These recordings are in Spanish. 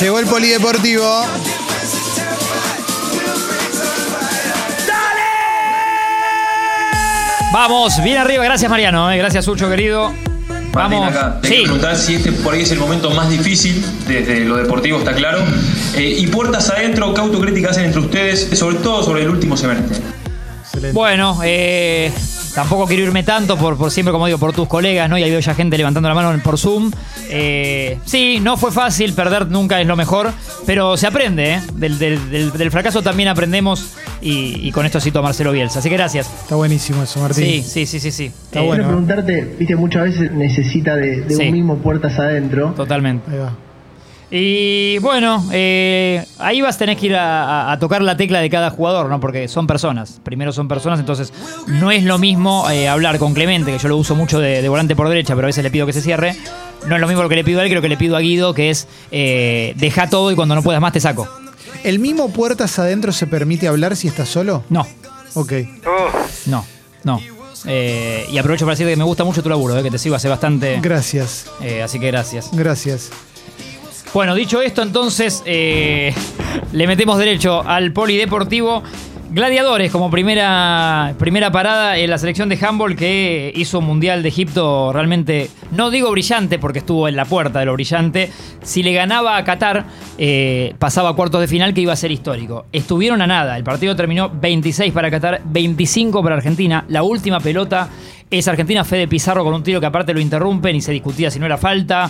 Llegó el polideportivo. Vamos, bien arriba. Gracias, Mariano. Gracias, Sucho, querido. Martín, Vamos. acá te quiero preguntar si este por ahí es el momento más difícil desde lo deportivo, está claro. Y puertas adentro, ¿qué autocrítica hacen entre ustedes, sobre todo sobre el último semestre? Excelente. Bueno, tampoco quiero irme tanto por siempre, como digo, por tus colegas, ¿no? Y ahí veo ya gente levantando la mano por Zoom. Sí, no fue fácil, perder nunca es lo mejor, pero se aprende, ¿eh? Del fracaso también aprendemos y con esto cito a Marcelo Bielsa. Así que gracias. Está buenísimo eso, Martín. Sí. Está Quiero bueno. preguntarte, viste, muchas veces necesita de Sí. un mismo puertas adentro. Totalmente. Ahí va. Y bueno, ahí vas a tener que ir a tocar la tecla de cada jugador, ¿no? Porque son personas. Primero son personas, entonces no es lo mismo hablar con Clemente, que yo lo uso mucho de volante por derecha, pero a veces le pido que se cierre. No es lo mismo lo que le pido a él que lo que le pido a Guido, que es deja todo y cuando no puedas más te saco. ¿El mismo puertas adentro se permite hablar si estás solo? No, Ok. no. Y aprovecho para decirte que me gusta mucho tu laburo, que te sigo hace bastante. Gracias. Así que gracias. Gracias. Bueno, dicho esto, entonces le metemos derecho al polideportivo. Gladiadores como primera parada en la selección de handball, que hizo un mundial de Egipto realmente, no digo brillante porque estuvo en la puerta de lo brillante. Si le ganaba a Qatar, pasaba a cuartos de final, que iba a ser histórico. Estuvieron a nada. El partido terminó 26 para Qatar, 25 para Argentina. La última pelota es Argentina, Fede Pizarro con un tiro que aparte lo interrumpen y se discutía si no era falta.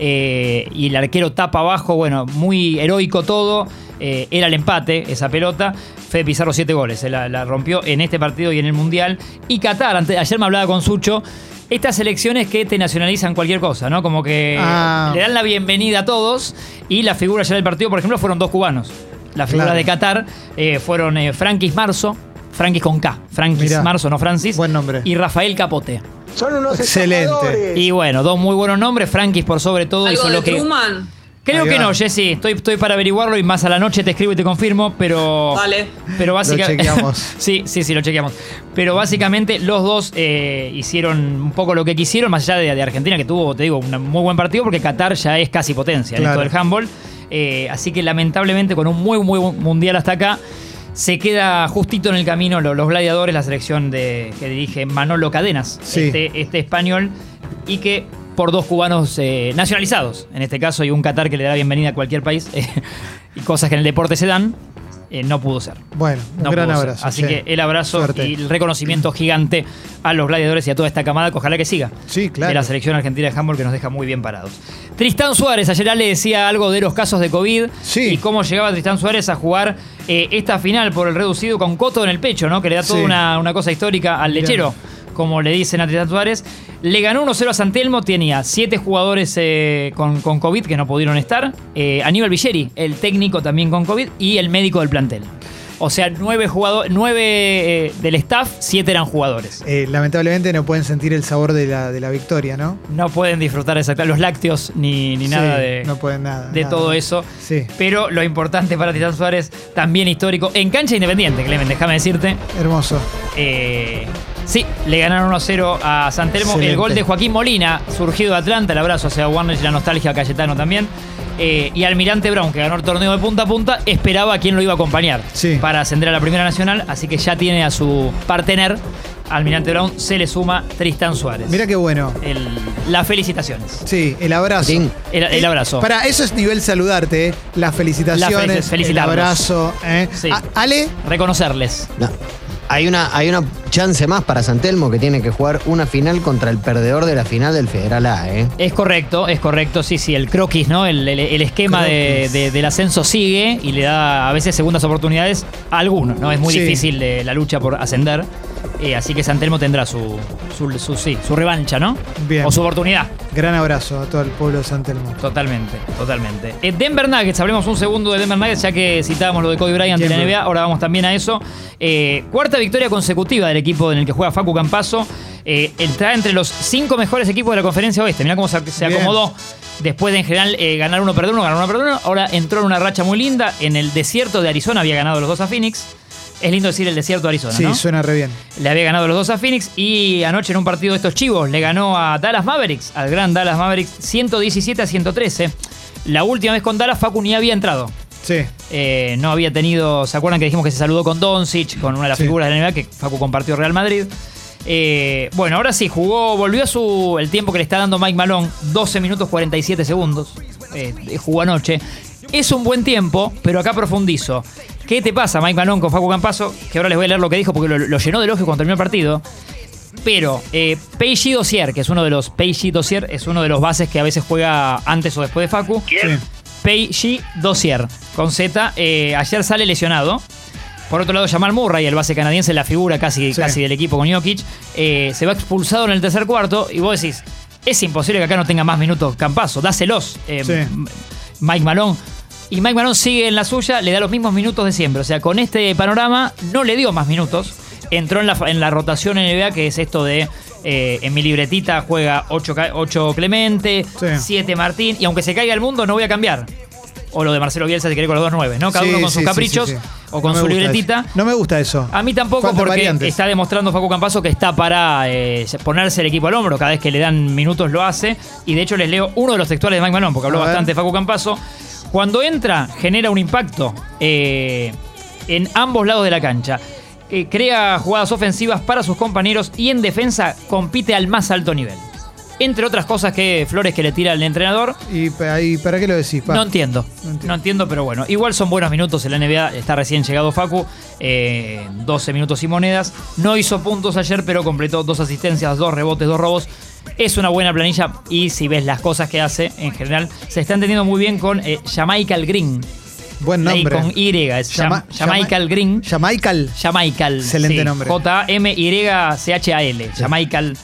Y el arquero tapa abajo, bueno, muy heroico todo. Era el empate, esa pelota. Fede Pizarro 7 goles. La rompió en este partido y en el Mundial. Y Qatar, ayer me hablaba con Sucho, estas selecciones que te nacionalizan cualquier cosa, ¿no? Como que le dan la bienvenida a todos. Y la figura ayer del partido, por ejemplo, fueron 2 cubanos. La figura de Qatar fueron Frankis Marzo, Frankis con K. Frankis Mirá, Marzo, no Francis. buen nombre. Y Rafael Capote. Son unos Excelente. estafadores. Y bueno, 2 muy buenos nombres. Frankis por sobre todo. ¿Algo hizo de lo que... Truman? Creo Ahí que va. no, Jessy. Estoy para averiguarlo y más a la noche te escribo y te confirmo, pero... Dale. Pero básicamente... Lo chequeamos. sí, lo chequeamos. Pero básicamente los dos hicieron un poco lo que quisieron, más allá de Argentina, que tuvo, te digo, un muy buen partido, porque Qatar ya es casi potencia en Claro. esto del handball. Así que lamentablemente con un muy buen mundial hasta acá, se queda justito en el camino los gladiadores, la selección que dirige Manolo Cadenas, Sí. este español, y que por 2 cubanos nacionalizados, en este caso, y un Qatar que le da bienvenida a cualquier país, y cosas que en el deporte se dan, no pudo ser. Bueno, un No gran pudo ser. abrazo. Así che. que el abrazo Suerte. y el reconocimiento gigante a los gladiadores y a toda esta camada, que ojalá que siga. Sí, claro. De la selección argentina de handball, que nos deja muy bien parados. Tristán Suárez, ayer le decía algo de los casos de COVID, Sí. y cómo llegaba Tristán Suárez a jugar esta final por el reducido con Coto en el pecho, ¿no? Que le da toda Sí. una cosa histórica al lechero, como le dicen a Tristán Suárez. Le ganó 1-0 a San Telmo, tenía 7 jugadores con COVID que no pudieron estar. Aníbal Villeri, el técnico también con COVID, y el médico del plantel. O sea, 9 del staff, 7 eran jugadores. Lamentablemente no pueden sentir el sabor de la victoria, ¿no? No pueden disfrutar de los lácteos ni nada Sí, no pueden nada. de nada. todo eso. Sí. Pero lo importante para Tristán Suárez, también histórico, en cancha independiente, Clemen, déjame decirte. Hermoso. Sí, le ganaron 1-0 a San Telmo. Excelente. El gol de Joaquín Molina, surgido de Atlanta. El abrazo hacia Warner y la nostalgia a Cayetano también. Y Almirante Brown, que ganó el torneo de punta a punta, esperaba a quién lo iba a acompañar Sí. para ascender a la Primera Nacional. Así que ya tiene a su partener, Almirante Brown. Se le suma Tristán Suárez. Mira qué bueno. Las felicitaciones. Sí, el abrazo. El abrazo. Para eso es nivel saludarte, ¿eh? Las felicitaciones, el felicitarlos. abrazo. Sí. Ale, Reconocerles. No. Hay una chance más para San Telmo, que tiene que jugar una final contra el perdedor de la final del Federal A, ¿eh? Es correcto, sí, el croquis, ¿no? El esquema del ascenso sigue y le da a veces segundas oportunidades a algunos, ¿no? Es muy Sí. difícil la lucha por ascender. Así que San Telmo tendrá su revancha, ¿no? Bien. O su oportunidad. gran abrazo a todo el pueblo de San Telmo. Totalmente. Denver Nuggets, hablemos un segundo de Denver Nuggets, ya que citábamos lo de Kobe Bryant de la NBA, ahora vamos también a eso. Cuarta victoria consecutiva del equipo en el que juega Facu Campazzo. Está entre los 5 mejores equipos de la Conferencia Oeste. Mirá cómo se acomodó. Después de en general ganar uno, perder uno, ganar uno, perder uno. Ahora entró en una racha muy linda. En el desierto de Arizona había ganado los 2 a Phoenix. Es lindo decir el desierto de Arizona, Sí, ¿no? suena re bien. Le había ganado los 2 a Phoenix y anoche en un partido de estos chivos le ganó a Dallas Mavericks, al gran Dallas Mavericks, 117 a 113. La última vez con Dallas, Facu ni había entrado. Sí. No había tenido... ¿Se acuerdan que dijimos que se saludó con Doncic, con una de las figuras de la NBA que Facu compartió Real Madrid? Bueno, ahora sí, volvió a el tiempo que le está dando Mike Malone, 12 minutos 47 segundos. Jugó anoche. Es un buen tiempo, pero acá profundizo. ¿Qué te pasa, Mike Malone, con Facu Campazzo? Que ahora les voy a leer lo que dijo porque lo llenó de elogios cuando terminó el partido. Pero Peji Dozier, que es uno de los... Peji Dozier es uno de los bases que a veces juega antes o después de Facu. Sí. Peji Dozier, con Z. Ayer sale lesionado. Por otro lado, Jamal Murray, el base canadiense, la figura casi del equipo con Jokic, se va expulsado en el tercer cuarto y vos decís, es imposible que acá no tenga más minutos Campazzo, dáselos, Mike Malone. Y Mike Malone sigue en la suya, le da los mismos minutos de siempre. O sea, con este panorama no le dio más minutos. Entró en la rotación NBA, que es esto de, en mi libretita juega 8 Clemente, 7 Martín, y aunque se caiga el mundo no voy a cambiar. O lo de Marcelo Bielsa, si querés, con los 2-9, ¿no? Cada uno con sus caprichos o con su libretita. Eso. No me gusta eso. A mí tampoco, Falta porque variantes. está demostrando Facu Campazzo que está para ponerse el equipo al hombro. Cada vez que le dan minutos lo hace. Y de hecho les leo uno de los textuales de Mike Malone, porque habló bastante de Facu Campazzo. Cuando entra, genera un impacto en ambos lados de la cancha. Crea jugadas ofensivas para sus compañeros y en defensa compite al más alto nivel. Entre otras cosas que flores que le tira el entrenador. ¿Y para qué lo decís, Pa? No entiendo, pero bueno. Igual son buenos minutos en la NBA. Está recién llegado Facu. 12 minutos y monedas. No hizo puntos ayer, pero completó 2 asistencias, 2 rebotes, 2 robos. Es una buena planilla y si ves las cosas que hace, en general, se está entendiendo muy bien con Jamaical Green. Buen nombre. Con Y, es Jamaical Green. Jamaical. Excelente nombre. Jamaical, Jamaical.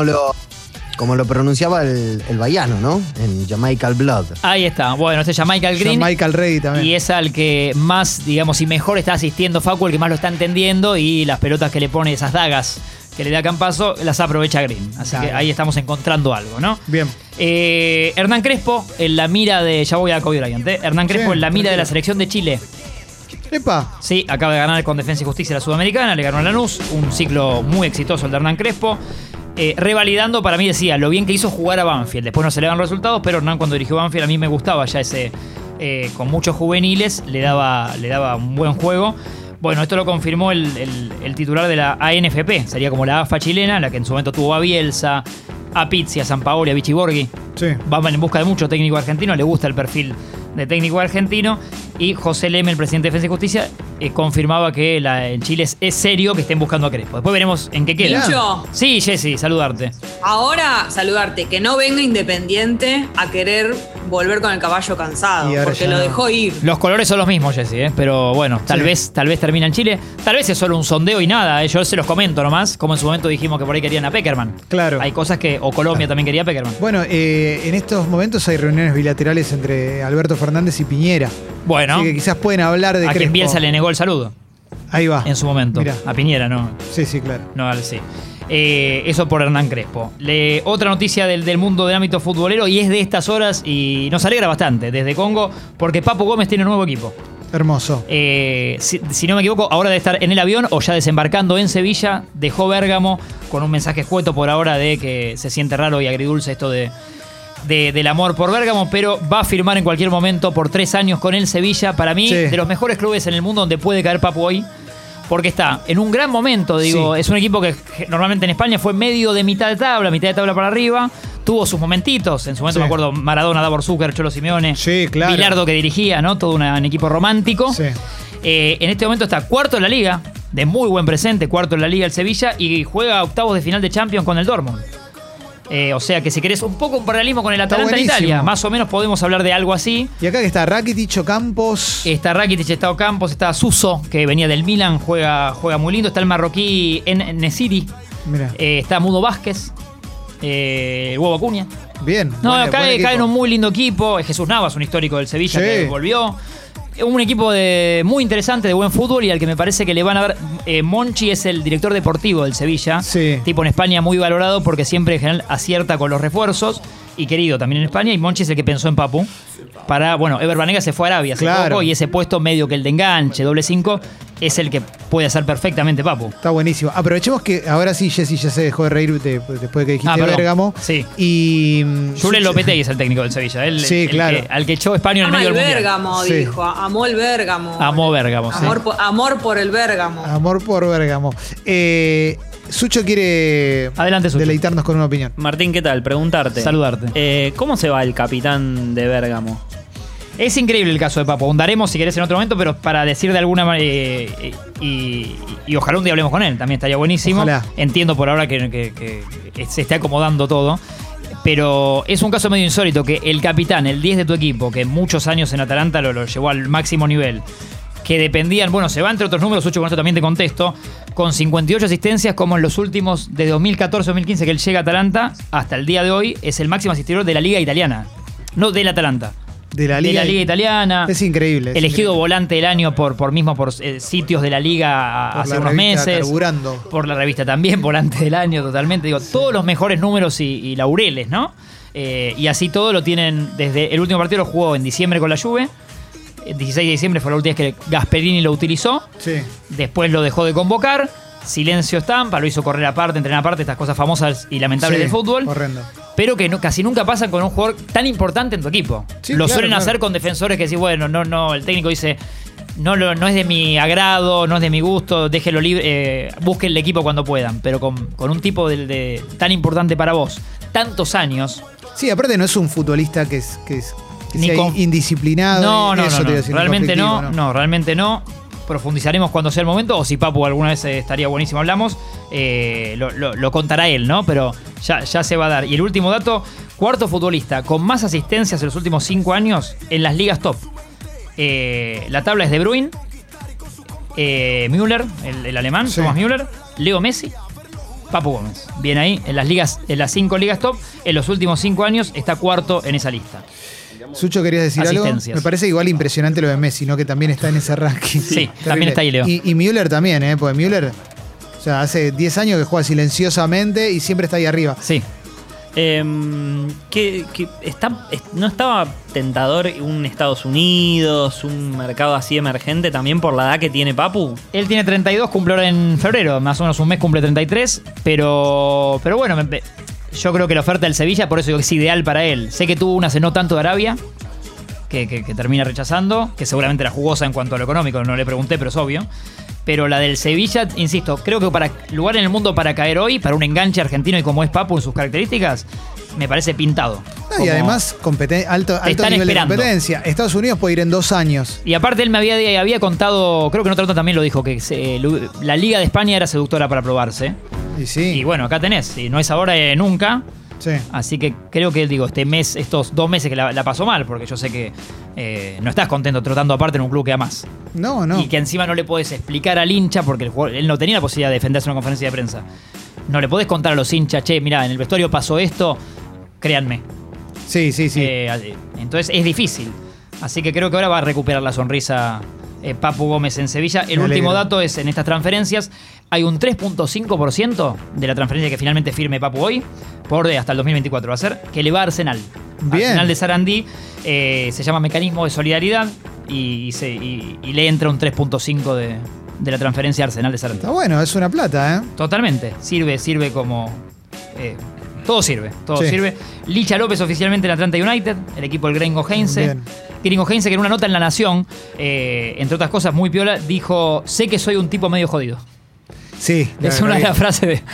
Como lo pronunciaba el baiano, ¿no? En Jamaical Blood. Ahí está. Bueno, Jamaical Green. Jamaical Rey también. Y es al que más, digamos, y mejor está asistiendo Facu, el que más lo está entendiendo, y las pelotas que le pone, esas dagas que le da Campazzo, las aprovecha Green. Así que ahí estamos encontrando algo, ¿no? Bien. Hernán Crespo en la mira de... Ya voy a Kobe Bryant, Hernán Crespo en la mira de la selección de Chile. ¡Epa! Sí, acaba de ganar con Defensa y Justicia la Sudamericana, le ganó a Lanús, un ciclo muy exitoso el de Hernán Crespo. Revalidando, para mí decía, lo bien que hizo jugar a Banfield. Después no se le dan resultados, pero Hernán cuando dirigió Banfield a mí me gustaba ya ese... con muchos juveniles, le daba un buen juego. Bueno, esto lo confirmó el titular de la ANFP, sería como la AFA chilena, la que en su momento tuvo a Bielsa, a Pizzi, a Sampaoli, a Vichy Borghi. Sí. Va en busca de mucho técnico argentino, le gusta el perfil de técnico argentino. Y José Leme, el presidente de Defensa y Justicia, confirmaba que en Chile es serio que estén buscando a Crespo. Después veremos en qué queda. Lucho. Sí, Jessy, saludarte. Ahora, saludarte. Que no venga Independiente a querer volver con el caballo cansado, porque lo dejó ir. Los colores son los mismos, Jessy, pero bueno, tal vez termina en Chile. Tal vez es solo un sondeo y nada. Yo se los comento nomás, como en su momento dijimos que por ahí querían a Peckerman. Claro. Hay cosas que... O Colombia también quería a Peckerman. Bueno, en estos momentos hay reuniones bilaterales entre Alberto Fernández y Piñera. Bueno. Así que quizás pueden hablar de a Crespo. quien Bielsa le negó el saludo. Ahí va. En su momento. Mirá. A Piñera, ¿no? Sí, claro. No, sí. Eso por Hernán Crespo. Otra noticia del mundo del ámbito futbolero, y es de estas horas y nos alegra bastante desde Congo, porque Papu Gómez tiene un nuevo equipo. Hermoso. Si no me equivoco, ahora debe estar en el avión o ya desembarcando en Sevilla. Dejó Bérgamo con un mensaje escueto por ahora de que se siente raro y agridulce esto del amor por Bérgamo, pero va a firmar en cualquier momento por 3 años con el Sevilla. Para mí, de los mejores clubes en el mundo donde puede caer Papu hoy, porque está en un gran momento, digo. Es un equipo que normalmente en España fue medio de mitad de tabla para arriba. Tuvo sus momentitos, en su momento me acuerdo Maradona, Davor Zucker, Cholo Simeone, claro. Bilardo que dirigía, ¿no? Todo un equipo romántico. Sí. En este momento está cuarto en la Liga, de muy buen presente, cuarto en la Liga el Sevilla, y juega octavos de final de Champions con el Dortmund. O sea que si querés un poco un paralelismo con el Atalanta en Italia, más o menos podemos hablar de algo así. Y acá que está Rakitic, Ocampos. Está Rakitic, está Ocampos, está Suso, que venía del Milan, juega muy lindo. Está el marroquí Nesiri. Está Mudo Vázquez. Huevo Acuña. Bien. No, cae en un muy lindo equipo. Jesús Navas, un histórico del Sevilla que volvió. Un equipo muy interesante, de buen fútbol, y al que me parece que le van a ver. Monchi es el director deportivo del Sevilla. Tipo en España muy valorado porque siempre en general acierta con los refuerzos. Y querido también en España. Y Monchi es el que pensó en Papu. Ever Banega se fue a Arabia hace poco, y ese puesto medio que el de enganche, doble 5, es el que puede hacer perfectamente Papu. Está buenísimo. Aprovechemos que ahora sí Jessy ya se dejó de reír después de que dijiste Bérgamo. Sí. Y Julen Lopetegui es el técnico del Sevilla. Sí, claro. Al que echó España en el medio del mundial. Bérgamo, dijo. Amó el Bérgamo. Amó Bérgamo, sí. Amor por el Bérgamo. Amor por Bérgamo. Sucho quiere deleitarnos con una opinión. Martín, ¿qué tal? Preguntarte. Saludarte. ¿Cómo se va el capitán de Bérgamo? Es increíble el caso de Papu. Ahondaremos si querés en otro momento, pero para decir de alguna manera. Y ojalá un día hablemos con él, también estaría buenísimo. Ojalá. Entiendo por ahora que se esté acomodando todo. Pero es un caso medio insólito que el capitán, el 10 de tu equipo, que muchos años en Atalanta lo llevó al máximo nivel, que dependían, bueno, se va entre otros números, Sucho, con esto también te contesto, con 58 asistencias, como en los últimos, de 2014-2015 que él llega a Atalanta, hasta el día de hoy, es el máximo asistidor de la Liga Italiana. No del Atalanta. De la Liga Italiana. Es increíble. Elegido volante del año por sitios de la Liga hace unos meses. Carburando. Por la revista también, volante del año totalmente. Digo, todos los mejores números y laureles, ¿no? Y así todo lo tienen desde el último partido, lo jugó en diciembre con la Juve. El 16 de diciembre fue la última vez que Gasperini lo utilizó. Sí. Después lo dejó de convocar. Silencio estampa, lo hizo correr aparte, entrenar aparte, estas cosas famosas y lamentables del fútbol. Horrendo. Pero que casi nunca pasa con un jugador tan importante en tu equipo. Sí, lo suelen hacer con defensores que decís, bueno, no, el técnico dice, no es de mi agrado, no es de mi gusto, déjelo libre, busquen el equipo cuando puedan. Pero con un tipo de tan importante para vos, tantos años. Sí, aparte no es un futbolista que sea indisciplinado. No, realmente no, realmente no. Profundizaremos cuando sea el momento, o si Papu alguna vez estaría buenísimo, hablamos, lo contará él, ¿no? Pero ya se va a dar. Y el último dato, cuarto futbolista con más asistencias en los últimos 5 años en las ligas top. La tabla es De Bruyne, Müller, el alemán, sí. Thomas Müller, Leo Messi, Papu Gómez. Bien ahí, en las 5 ligas top, en los últimos 5 años está cuarto en esa lista. Sucho, ¿querías decir algo? Me parece igual impresionante lo de Messi, ¿no? Que también está en ese ranking. Sí, también está ahí, Leo. Y Müller también, porque Müller, o sea, hace 10 años que juega silenciosamente y siempre está ahí arriba. Sí. ¿No estaba tentador un Estados Unidos, un mercado así emergente también por la edad que tiene Papu? Él tiene 32, cumple ahora en febrero, más o menos un mes cumple 33, pero bueno, yo creo que la oferta del Sevilla, por eso digo que es ideal para él. Sé que tuvo una hace no tanto de Arabia, que termina rechazando, que seguramente era jugosa en cuanto a lo económico, no le pregunté, pero es obvio. Pero la del Sevilla, insisto, creo que para lugar en el mundo para caer hoy, para un enganche argentino y como es Papu en sus características, me parece pintado. Y además, alto nivel de competencia. Estados Unidos puede ir en 2 años. Y aparte él me había contado, creo que en otra nota también lo dijo, que la Liga de España era seductora para probarse. Y sí. Y bueno, acá tenés, si no es ahora, nunca. Sí. Así que creo que estos 2 meses que la pasó mal, porque yo sé que no estás contento trotando aparte en un club que amás. No. Y que encima no le podés explicar al hincha, porque él no tenía la posibilidad de defenderse en una conferencia de prensa. No le podés contar a los hinchas, che, mirá, en el vestuario pasó esto, créanme. Sí. Entonces es difícil. Así que creo que ahora va a recuperar la sonrisa Papu Gómez en Sevilla. El último dato es, en estas transferencias, hay un 3.5% de la transferencia que finalmente firme Papu hoy, hasta el 2024 va a ser, que le va a Arsenal. Bien. Arsenal de Sarandí, se llama Mecanismo de Solidaridad y le entra un 3.5% de la transferencia a Arsenal de Sarandí. Está bueno, es una plata, ¿eh? Totalmente, sirve como... todo sirve. Licha López oficialmente en Atlanta United, el equipo del Gringo Heinze. Gringo Heinze, que en una nota en La Nación, entre otras cosas muy piola, dijo: sé que soy un tipo medio jodido. Sí. Es una de las frases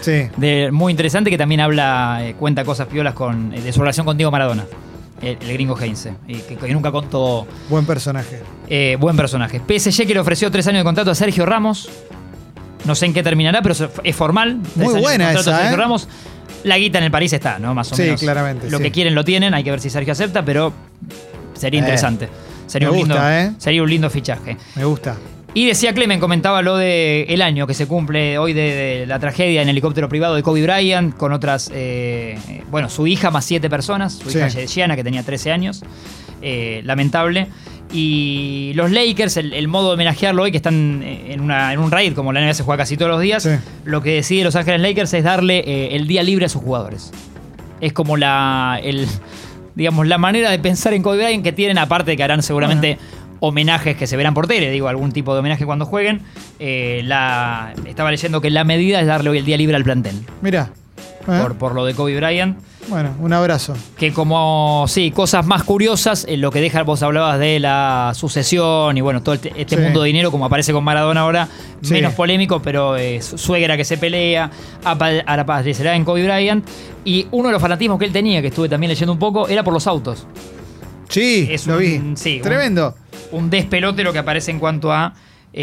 muy interesante, que también cuenta cosas piolas de su relación con Diego Maradona, el Gringo Heinze, y que nunca contó. Buen personaje. Buen personaje. PSG, que le ofreció 3 años de contrato a Sergio Ramos. No sé en qué terminará, pero es formal. Muy buena esa, Sergio Ramos. La guita en el París está, ¿no? Más o menos. Sí, claramente. Lo que quieren lo tienen. Hay que ver si Sergio acepta, pero sería interesante. Sería un lindo fichaje. Me gusta. Y decía Clemen, comentaba lo del año que se cumple hoy de la tragedia en helicóptero privado de Kobe Bryant, con otras, su hija más 7 personas, su hija Gianna, que tenía 13 años, lamentable. Y los Lakers, el modo de homenajearlo hoy, que están en un raid, como la NBA se juega casi todos los días, lo que decide Los Ángeles Lakers es darle el día libre a sus jugadores. Es como la manera de pensar en Kobe Bryant que tienen, aparte de que harán seguramente homenajes que se verán por tele, digo, algún tipo de homenaje cuando jueguen. Estaba leyendo que la medida es darle hoy el día libre al plantel. Mirá. Por lo de Kobe Bryant. Bueno, un abrazo. Que como, sí, cosas más curiosas, lo que deja, vos hablabas de la sucesión y bueno, todo este mundo de dinero, como aparece con Maradona ahora, menos polémico, pero suegra que se pelea, aparecerá en Kobe Bryant. Y uno de los fanatismos que él tenía, que estuve también leyendo un poco, era por los autos. Sí, lo vi. Sí, tremendo. Un despelote lo que aparece en cuanto a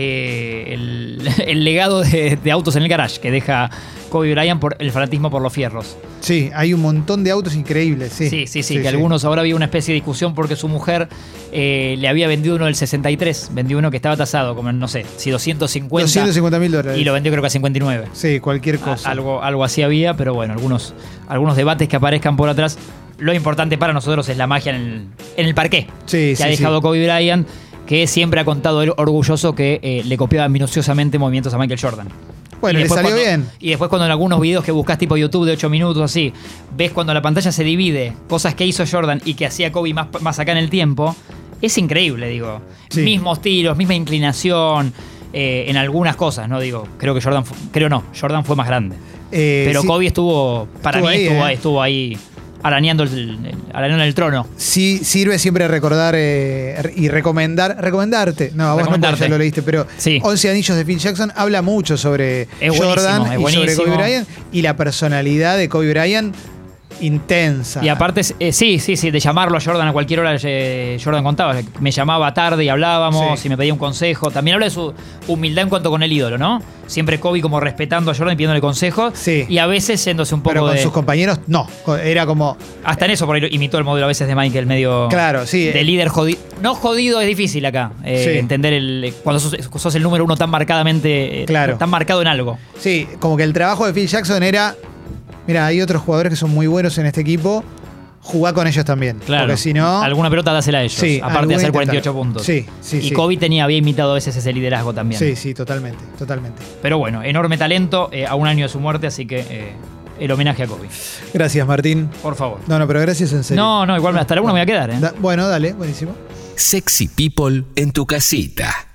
el legado de autos en el garage que deja Kobe Bryant por el fanatismo por los fierros. Sí, hay un montón de autos increíbles. Sí, algunos algunos había una especie de discusión porque su mujer le había vendido uno del 63, vendió uno que estaba tasado como, no sé, si $250,000 y lo vendió creo que a 59. Sí, cualquier cosa. Algo así había, pero bueno, algunos debates que aparezcan por atrás. Lo importante para nosotros es la magia en el parqué que ha dejado Kobe Bryant, que siempre ha contado él orgulloso que le copiaba minuciosamente movimientos a Michael Jordan. Bueno, le salió bien. Y después cuando en algunos videos que buscas tipo YouTube de 8 minutos así, ves cuando la pantalla se divide, cosas que hizo Jordan y que hacía Kobe más acá en el tiempo, es increíble, digo. Sí. Mismos tiros, misma inclinación, en algunas cosas, ¿no? Digo, Jordan fue más grande. Pero Kobe estuvo ahí arañando el trono. Sí, sirve siempre recordar y recomendarte. No, vos no, ya lo leíste, pero 11 anillos de Phil Jackson habla mucho sobre Jordan y sobre Kobe Bryant y la personalidad de Kobe Bryant intensa. Y aparte, de llamarlo a Jordan a cualquier hora, Jordan contaba, me llamaba tarde y hablábamos y me pedía un consejo. También habla de su humildad en cuanto con el ídolo, ¿no? Siempre Kobe como respetando a Jordan y pidiéndole consejos. Sí. Y a veces yéndose un poco pero con sus compañeros, no. Era como... Hasta en eso, por ahí imitó el modelo a veces de Michael, medio... Claro, sí. De líder jodido. No jodido, es difícil acá. Entender cuando sos el número uno tan marcadamente... tan marcado en algo. Sí, como que el trabajo de Phil Jackson era... Mira, hay otros jugadores que son muy buenos en este equipo. Jugá con ellos también. Claro. Porque si no... Alguna pelota dásela a ellos. Sí, aparte de hacer 48 puntos. Sí. Y Kobe había imitado a veces ese liderazgo también. Sí, totalmente. Pero bueno, enorme talento a un año de su muerte, así que el homenaje a Kobe. Gracias, Martín. Por favor. No, pero gracias en serio. No, igual hasta la 1 me voy a quedar. Bueno, dale, buenísimo. Sexy People en tu casita.